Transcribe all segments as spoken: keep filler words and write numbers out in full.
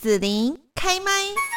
子琳开麦。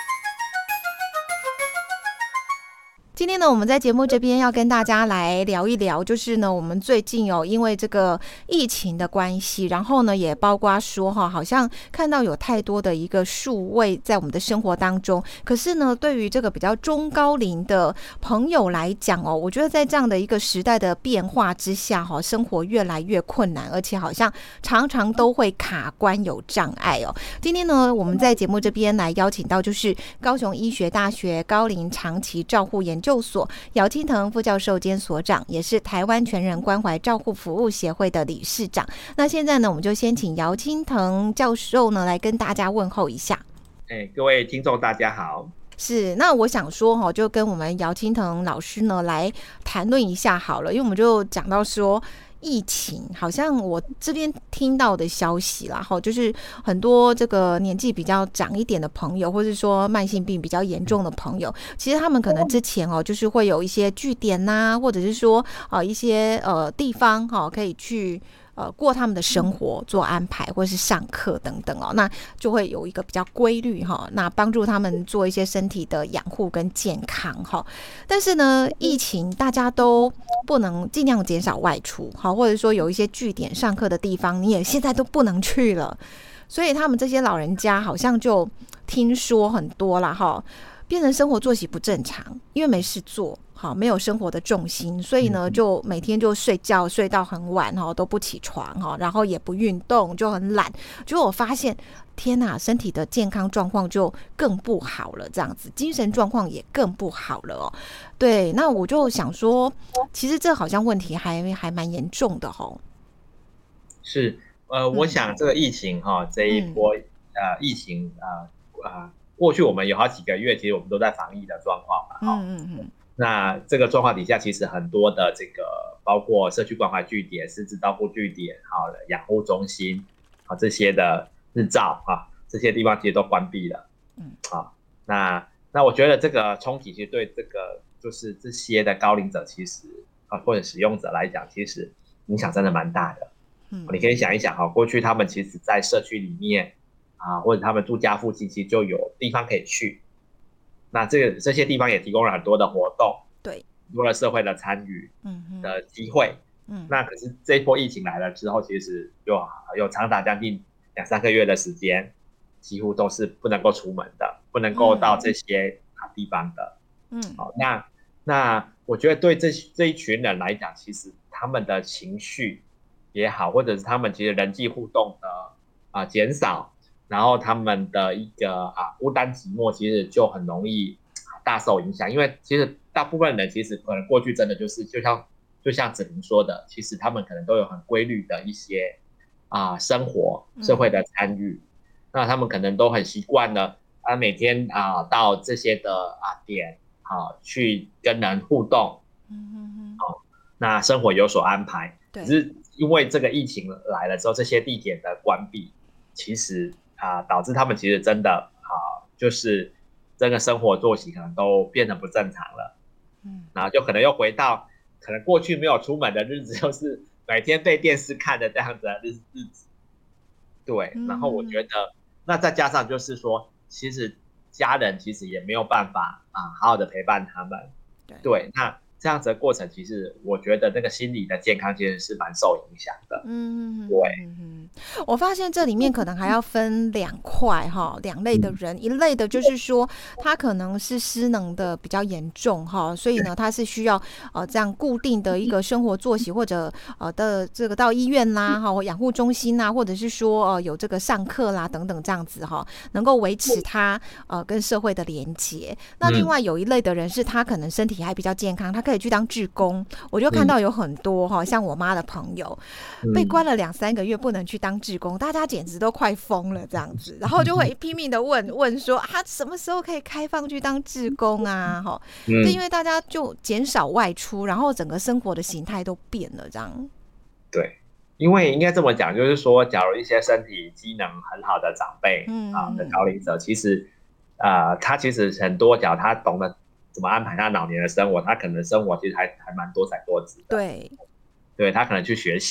今天呢，我们在节目这边要跟大家来聊一聊，就是呢，我们最近哦，因为这个疫情的关系，然后呢，也包括说哈，好像看到有太多的一个数位在我们的生活当中。可是呢，对于这个比较中高龄的朋友来讲哦，我觉得在这样的一个时代的变化之下哈，生活越来越困难，而且好像常常都会卡关有障碍哦。今天呢，我们在节目这边来邀请到就是高雄医学大学高龄长期照护研究所姚清腾副教授兼所长，也是台湾全人关怀照护服务协会的理事长。那现在呢，我们就先请姚清腾教授呢来跟大家问候一下。 哎，各位听众大家好。 是，那我想说哈，就跟我们姚清腾老师呢来谈论一下好了，因为我们就讲到说疫情，好像我这边听到的消息啦，哈，就是很多这个年纪比较长一点的朋友，或是说慢性病比较严重的朋友，其实他们可能之前哦，就是会有一些据点呐、啊，或者是说呃一些呃地方哈、哦，可以去。呃，过他们的生活做安排，或是上课等等哦，那就会有一个比较规律哈，那帮助他们做一些身体的养护跟健康哈。但是呢，疫情大家都不能尽量减少外出好，或者说有一些据点上课的地方，你也现在都不能去了，所以他们这些老人家好像就听说很多啦哈，变成生活作息不正常，因为没事做。好，没有生活的重心，所以呢，就每天就睡觉睡到很晚哈，都不起床哈，然后也不运动，就很懒。结果我发现，天哪，身体的健康状况就更不好了，这样子，精神状况也更不好了哦。对，那我就想说，其实这好像问题还还蛮严重的哦。 是，呃，我想这个疫情哈、哦，这一波、嗯、呃疫情啊啊、呃呃，过去我们有好几个月，其实我们都在防疫的状况嘛，哈、哦。 嗯嗯嗯。 那这个状况底下，其实很多的这个包括社区关怀据点、失智照顾据点、好的养护中心，好这些的日照啊，这些地方其实都关闭了。嗯，好，那那我觉得这个冲击其实对这个就是这些的高龄者，其实啊或者使用者来讲，其实影响真的蛮大的。嗯，你可以想一想哈，过去他们其实在社区里面啊，或者他们住家附近，其实就有地方可以去。那这个这些地方也提供了很多的活动， 对， 多了社会的参与的机会。嗯，那可是这一波疫情来了之后，其实有有长达将近两三个月的时间，几乎都是不能够出门的，不能够到这些地方的。嗯，好，那那我觉得对这这一群人来讲，其实他们的情绪也好，或者是他们其实人际互动的啊减少。然后他们的一个啊孤单寂寞，其实就很容易大受影响，因为其实大部分人其实可能过去真的就是就像就像子琳说的，其实他们可能都有很规律的一些啊生活社会的参与，嗯、那他们可能都很习惯了啊每天啊到这些的啊点啊去跟人互动，嗯嗯嗯，哦，那生活有所安排，只是因为这个疫情来了之后，这些地点的关闭，其实。啊，导致他们其实真的啊，就是整个生活作息可能都变得不正常了，嗯，然后就可能又回到可能过去没有出门的日子，就是每天被电视看的这样子的日日子，对，然后我觉得，嗯、那再加上就是说，其实家人其实也没有办法啊，好好的陪伴他们，对，对，那。这样子的过程，其实我觉得那个心理的健康其实是蛮受影响的。嗯，对。 嗯，我发现这里面可能还要分两块哈，两类的人，一类的就是说他可能是失能的比较严重哈，所以呢他是需要呃这样固定的一个生活作息，或者呃的这个到医院啦哈，养护中心啦，或者是说呃有这个上课啦等等这样子哈，能够维持他呃跟社会的连结。那另外有一类的人是他可能身体还比较健康，他可以可以去当志工，我就看到有很多哈，像我妈的朋友被关了两三个月不能去当志工，大家简直都快疯了这样子，然后就会拼命的问问说啊，什么时候可以开放去当志工啊？哈，就因为大家就减少外出，然后整个生活的形态都变了这样。 对，因为应该这么讲，就是说，假如一些身体机能很好的长辈、嗯、啊的高龄者，其实呃，他其实很多，假如他懂得怎么安排他老年的生活，他可能生活其实还还蛮多彩多姿的。 对， 对他可能去学习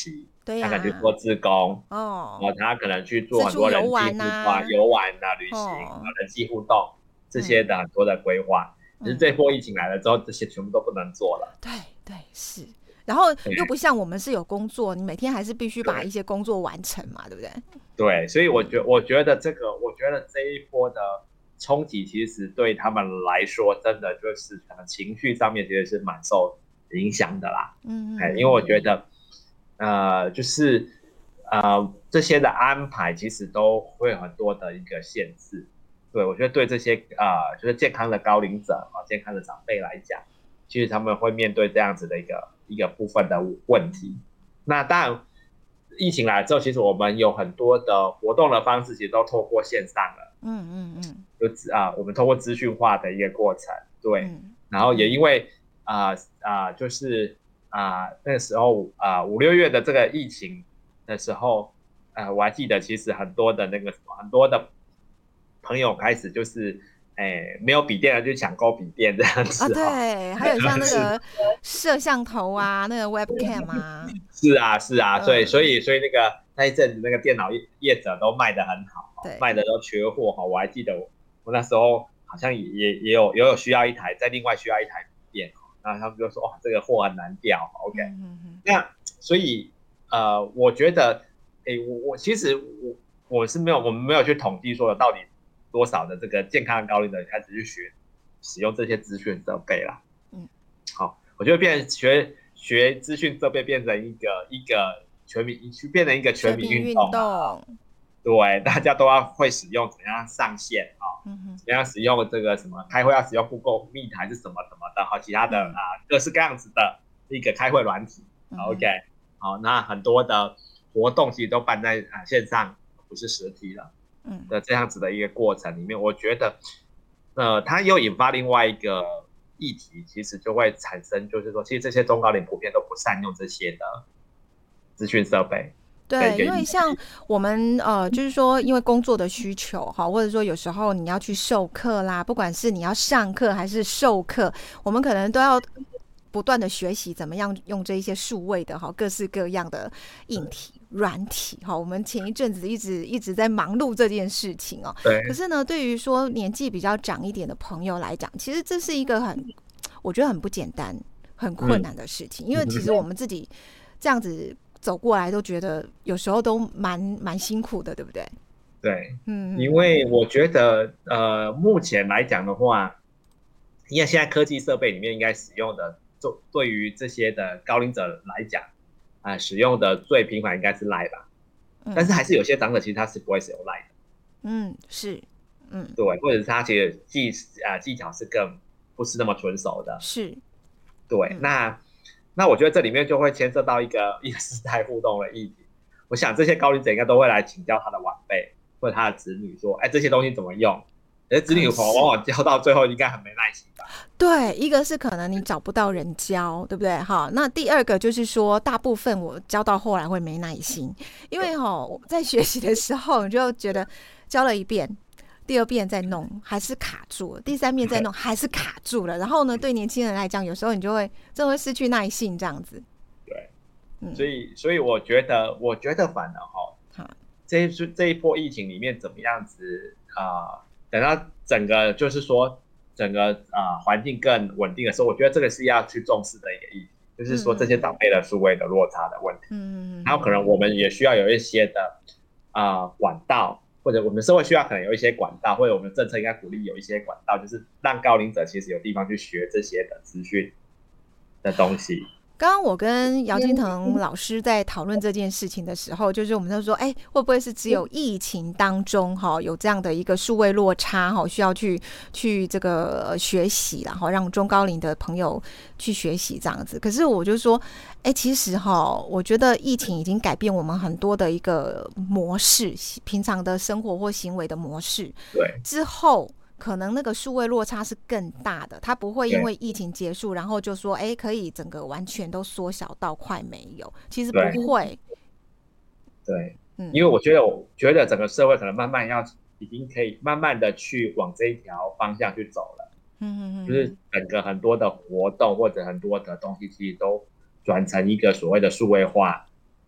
对呀、啊， 他可能去做志工哦， 哦，他可能去做很多人际互动、 啊、 游玩啊、旅行、 哦、 人际互动这些的很多的规划。可、嗯、是这波疫情来了之后，这些全部都不能做了。 对对是。然后又不像我们是有工作，你每天还是必须把一些工作完成嘛，对不对？ 对，所以我觉我觉得这个，我觉得这一波的冲击，其实对他们来说，真的就是可能情绪上面其实是蛮受影响的啦。嗯嗯，因为我觉得，呃，就是呃这些的安排其实都会有很多的一个限制。对，我觉得对这些呃就是健康的高龄者啊、健康的长辈来讲，其实他们会面对这样子的一个一个部分的问题。那当然，疫情来之后，其实我们有很多的活动的方式，其实都透过线上了。嗯嗯嗯，就啊，我们透过资讯化的一个过程，对。嗯、然后也因为啊啊、呃呃，就是啊、呃、那个时候啊、呃、五六月的这个疫情的时候，呃，我还记得，其实很多的那个什么，很多的朋友开始就是。哎，没有笔电了就抢购笔电这样子啊，对，还有像那个摄像头啊，那个 webcam 啊， 是啊是啊，所以、嗯、所以所以那个那一阵子那个电脑业者都卖得很好，对，卖的都缺货哈。我还记得我我那时候好像也也也有也有需要一台，再另外需要一台笔电，然后他们就说哦这个货很难调 ，OK，、嗯嗯、那所以呃我觉得，哎我我其实我我是没有我们没有去统计说到底。多少的这个健康的高龄者开始去学使用这些资讯设备啦？嗯，好，我觉得变成学学资讯设备变成一个一个全民，变成一个全民运动啊。对，大家都要会使用，怎么样上线啊？嗯、怎么样使用这个什么开会要使用 Google Meet 还是什么什么的，好，其他的、嗯、啊各式各样子的一个开会软体。嗯、OK， 好，那很多的活动其实都办在啊线上，不是实体了。的这样子的一个过程里面，我觉得，呃，它又引发另外一个议题，其实就会产生，就是说，其实这些中高龄普遍都不善用这些的资讯设备。 对，因为像我们呃，就是说，因为工作的需求哈，或者说有时候你要去授课啦，不管是你要上课还是授课，我们可能都要不断的学习怎么样用这一些数位的哈各式各样的硬体。软体哈，我们前一阵子一直一直在忙碌这件事情哦。 对。 可是呢，对于说年纪比较长一点的朋友来讲，其实这是一个很，我觉得很不简单、很困难的事情。嗯、因为其实我们自己这样子走过来，都觉得有时候都蛮蛮辛苦的，对不对？ 对，嗯，因为我觉得呃，目前来讲的话，因为现在科技设备里面应该使用的，就对于这些的高龄者来讲。啊、呃，使用的最频繁应该是 Line 吧、嗯，但是还是有些长者其实他是不会使用 Line 的。 嗯，是，嗯， 对，或者是他其实技啊、呃、技巧是更不是那么纯熟的。 是， 对，嗯、那那我觉得这里面就会牵涉到一个一个世代互动的议题。我想这些高龄者应该都会来请教他的晚辈或者他的子女说，哎，这些东西怎么用？可是子女往往教到最后应该很没耐心吧？ 对，一个是可能你找不到人教，对不对？哈，那第二个就是说，大部分我教到后来会没耐心，因为哈在学习的时候，你就觉得教了一遍，第二遍再弄还是卡住了，第三遍再弄还是卡住了。然后呢，对年轻人来讲，有时候你就会真的会失去耐性，这样子。 对，嗯、所以所以我觉得，我觉得反而哈，这一这一波疫情里面怎么样子啊、呃？等到整个就是说。整个啊、呃、环境更稳定的时候，我觉得这个是要去重视的一个议题，就是说这些长辈的数位的落差的问题。嗯，然后可能我们也需要有一些的啊、呃、管道，或者我们社会需要可能有一些管道，或者我们政策应该鼓励有一些管道，就是让高龄者其实有地方去学这些的资讯的东西。 刚刚我跟姚金腾老师在讨论这件事情的时候，就是我们就说，哎，会不会是只有疫情当中哈有这样的一个数位落差哈，需要去去这个学习，然后让中高龄的朋友去学习这样子。可是我就说，哎，其实哈，我觉得疫情已经改变我们很多的一个模式，平常的生活或行为的模式。 对， 之后。可能那个数位落差是更大的，它不会因为疫情结束，然后就说，哎，可以整个完全都缩小到快没有，其实不会。 对，嗯，因为我觉得，我觉得整个社会可能慢慢要，已经可以慢慢的去往这一条方向去走了。嗯嗯嗯，就是整个很多的活动或者很多的东西，其实都转成一个所谓的数位化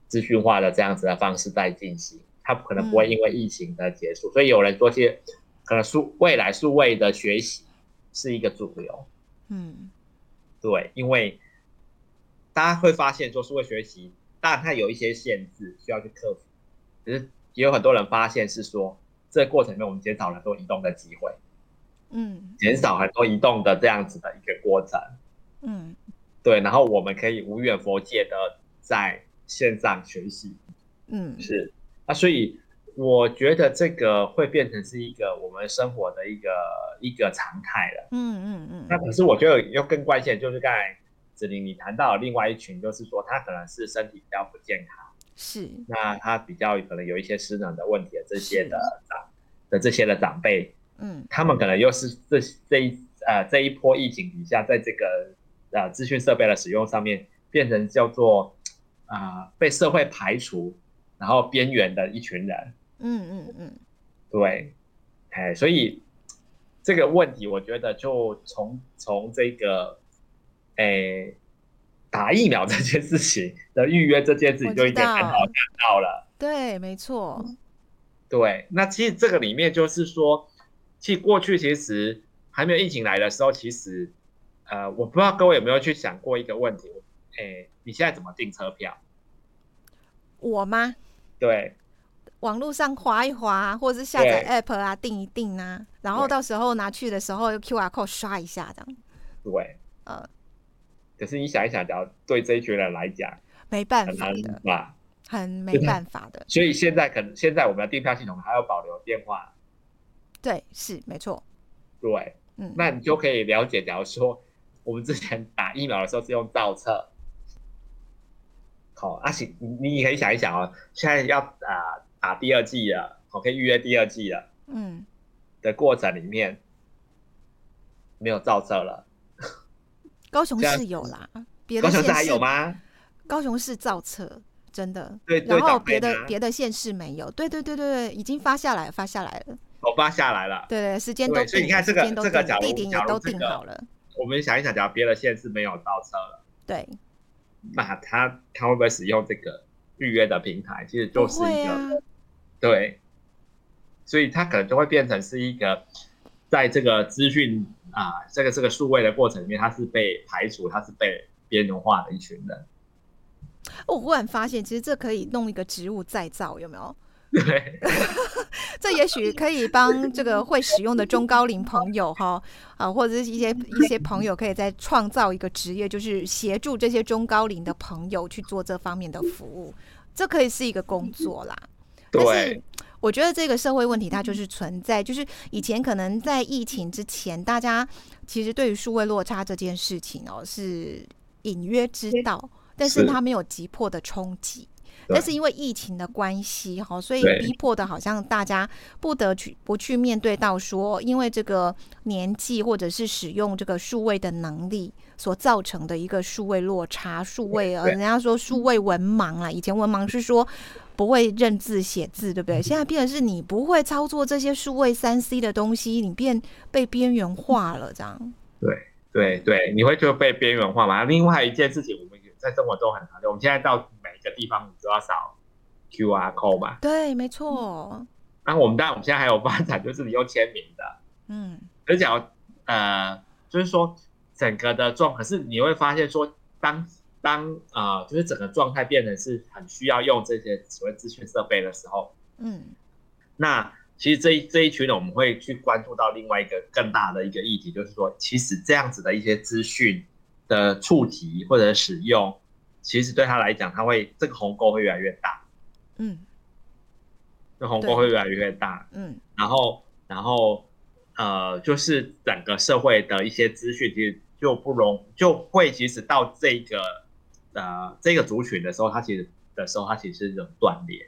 资讯化的这样子的方式在进行，它可能不会因为疫情的结束，嗯、所以有人说，其实可能数未来数位的学习是一个主流。嗯，对，因为大家会发现说数位学习，当然它有一些限制需要去克服，只是也有很多人发现是说，这个过程中我们减少了很多移动的机会，嗯，减少很多移动的这样子的一个过程，嗯，对，然后我们可以无远弗届的在线上学习，嗯，是，那所以我觉得这个会变成是一个我们生活的一个一个常态了，嗯嗯嗯。那可是我觉得又更关键，就是刚才子玲你谈到的另外一群，就是说他可能是身体比较不健康，是，那他比较可能有一些失能的问题的这些的长的这些的长辈，嗯，他们可能又是这这一呃这一波疫情底下，在这个呃资讯设备的使用上面，变成叫做啊、呃、被社会排除，然后边缘的一群人，嗯嗯嗯，对，哎，所以这个问题，我觉得就从从这个诶打疫苗这件事情的预约这件事情就应该很好讲到了， 对，没错。 对，那其实这个里面就是说，其实过去其实还没有疫情来的时候，其实呃，我不知道各位有没有去想过一个问题，诶，你现在怎么订车票？ 我吗？ 对， 网络上滑一滑，或者是下载 app 啊，订一订啊，然后到时候拿去的时候 Q R code 刷一下这样。 对，呃，可是你想一想，假如对这一群人来讲， 没办法的吧？很没办法的。 所以现在可能现在我们的订票系统还要保留电话。 对，是没错。 对，嗯，那你就可以了解，假如说我们之前打疫苗的时候是用造册，好，阿行，你也可以想一想哦，现在要啊打第二剂了，我可以预约第二剂了，嗯，的过程里面没有造册了。 高雄市有啦，别的县市高雄市还有吗？ 高雄市造册。真的， 对， 然后别的别的县市没有，对对对对，已经发下来发下来了， 我发下来了， 对对，时间都定了， 所以你看这个这个假如地点也都定好了， 我们想一想，假如别的县市没有造册了， 对， 那他他会不会使用这个预约的平台？其实就是一个， 啊、 对，所以他可能就会变成是一个，在这个资讯啊，这个这个数位的过程里面，他是被排除，他是被边缘化的一群人。 我忽然发现，其实这可以弄一个植物再造，有没有？ 对， 这也许可以帮这个会使用的中高龄朋友哈啊，或者是一些一些朋友，可以再创造一个职业，就是协助这些中高龄的朋友去做这方面的服务，这可以是一个工作啦。但是我觉得这个社会问题它就是存在，就是以前可能在疫情之前，大家其实对于数位落差这件事情哦是隐约知道。但是它没有急迫的冲击，但是因为疫情的关系，所以逼迫的好像大家不得去不去面对到说，因为这个年纪或者是使用这个数位的能力所造成的一个数位落差，数位呃，人家说数位文盲啦，以前文盲是说不会认字写字，对不对？现在变成是你不会操作这些数位三 C 的东西，你变被边缘化了，这样。 对对对，你会就被边缘化嘛？另外一件事情，我们在生活中很常见，我们现在到每个地方你都要扫 Q R code 嘛？ 对，没错。 那我们当然，我们现在还有发展，就是你用签名的，嗯，而且呃，就是说整个的状，可是你会发现说，当当呃，就是整个状态变成是很需要用这些所谓资讯设备的时候，嗯，那其实这一这一群人，我们会去关注到另外一个更大的一个议题，就是说，其实这样子的一些资讯的触及或者使用，其实对他来讲，他会这个鸿沟会越来越大，嗯，这鸿沟会越来越大，嗯，然后然后呃，就是整个社会的一些资讯，其实就不容就会，其实到这个呃这个族群的时候，它其实的时候，它其实是一种断裂，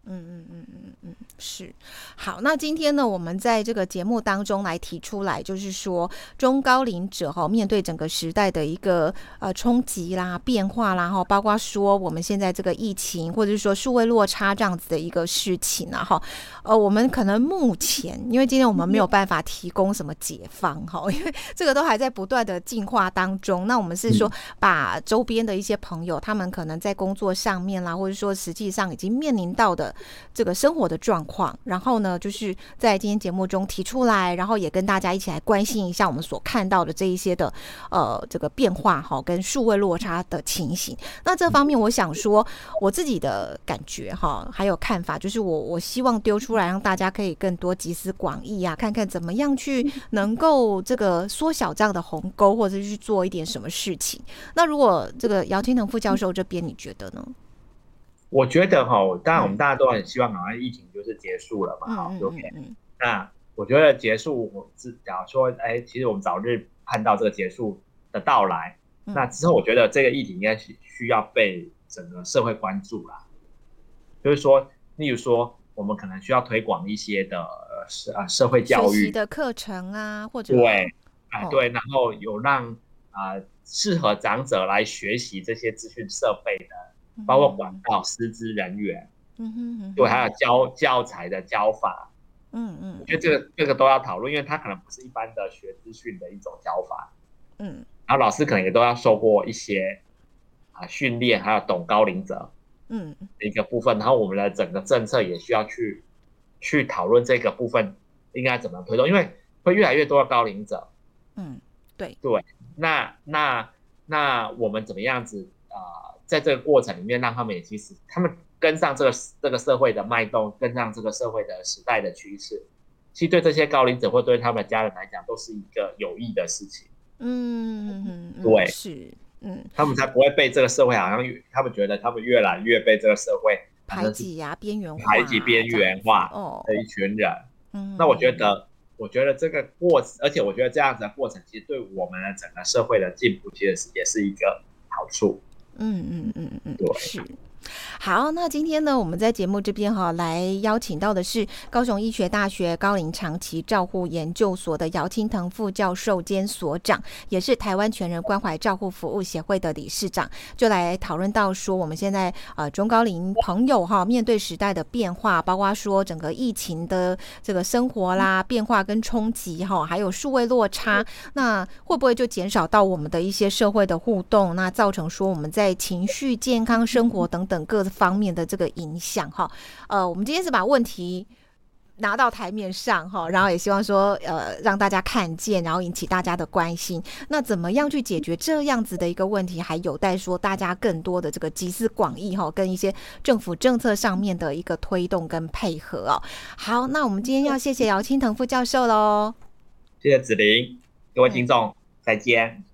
嗯嗯嗯嗯嗯，是。好，那今天呢，我们在这个节目当中来提出来，就是说中高龄者哈、哦，面对整个时代的一个呃冲击啦、变化啦，哈，包括说我们现在这个疫情，或者是说数位落差这样子的一个事情啊，哈，呃，我们可能目前，因为今天我们没有办法提供什么解方哈，因为这个都还在不断的进化当中。那我们是说，把周边的一些朋友，他们可能在工作上面啦，或者说实际上已经面临到的这个生活的状况，然后呢，就是在今天节目中提出来，然后也跟大家一起来关心一下我们所看到的这一些的呃这个变化哈，跟数位落差的情形。那这方面，我想说我自己的感觉哈，还有看法，就是我我希望丢出来，让大家可以更多集思广益啊，看看怎么样去能够这个缩小这样的鸿沟，或者是去做一点什么事情。那如果这个姚清腾副教授这边，你觉得呢？ 我觉得哈，当然我们大家都很希望赶快疫情就是结束了嘛，好、嗯、，OK、嗯嗯。那我觉得结束，我假如说，哎，其实我们早日看到这个结束的到来，嗯、那之后我觉得这个议题应该是需要被整个社会关注啦。就是说，例如说，我们可能需要推广一些的呃社会教育学习的课程啊，或者对，啊、哦、对，然后有让啊、呃、适合长者来学习这些资讯设备的。包括管道、师资人员，嗯哼哼，对，还有教教材的教法，嗯嗯，我觉得这个这个都要讨论，因为它可能不是一般的学资讯的一种教法，嗯，然后老师可能也都要受过一些啊训练，还有懂高龄者，嗯，的一个部分，然后我们的整个政策也需要去去讨论这个部分应该怎么推动，因为会越来越多的高龄者， 嗯，对对，那那那我们怎么样子啊？呃在这个过程里面，让他们也其实他们跟上这个这个社会的脉动，跟上这个社会的时代的趋势，其实对这些高龄者或对他们的家人来讲，都是一个有益的事情。 嗯， 对， 是，嗯， 他们才不会被这个社会好像，他们觉得他们越来越被这个社会排挤啊、边缘化、 排挤、边缘化的一群人。嗯，那我觉得，我觉得这个过程，而且我觉得这样子的过程，其实对我们的整个社会的进步，其实也是一个好处。 嗯嗯嗯嗯，是。好，那今天呢，我们在节目这边哈，来邀请到的是高雄医学大学高龄长期照护研究所的姚清腾副教授兼所长，也是台湾全人关怀照护服务协会的理事长，就来讨论到说，我们现在呃中高龄朋友哈，面对时代的变化，包括说整个疫情的这个生活啦变化跟冲击哈，还有数位落差，那会不会就减少到我们的一些社会的互动，那造成说我们在情绪、健康、生活等等各方面的这个影响哈，呃，我们今天是把问题拿到台面上哈，然后也希望说呃让大家看见，然后引起大家的关心。那怎么样去解决这样子的一个问题，还有待说大家更多的这个集思广益哈，跟一些政府政策上面的一个推动跟配合哦。好，那我们今天要谢谢姚清腾副教授喽， 谢谢子琳，各位听众、嗯、再见。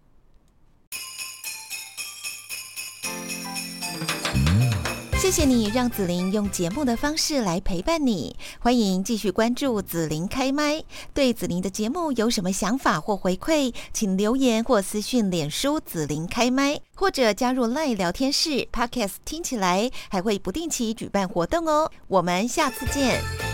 谢谢你让子琳用节目的方式来陪伴你，欢迎继续关注子琳开麦。对子琳的节目有什么想法或回馈，请留言或私讯脸书子琳开麦，或者加入 LINE 聊天室 Podcast 听起来，还会不定期举办活动哦。我们下次见。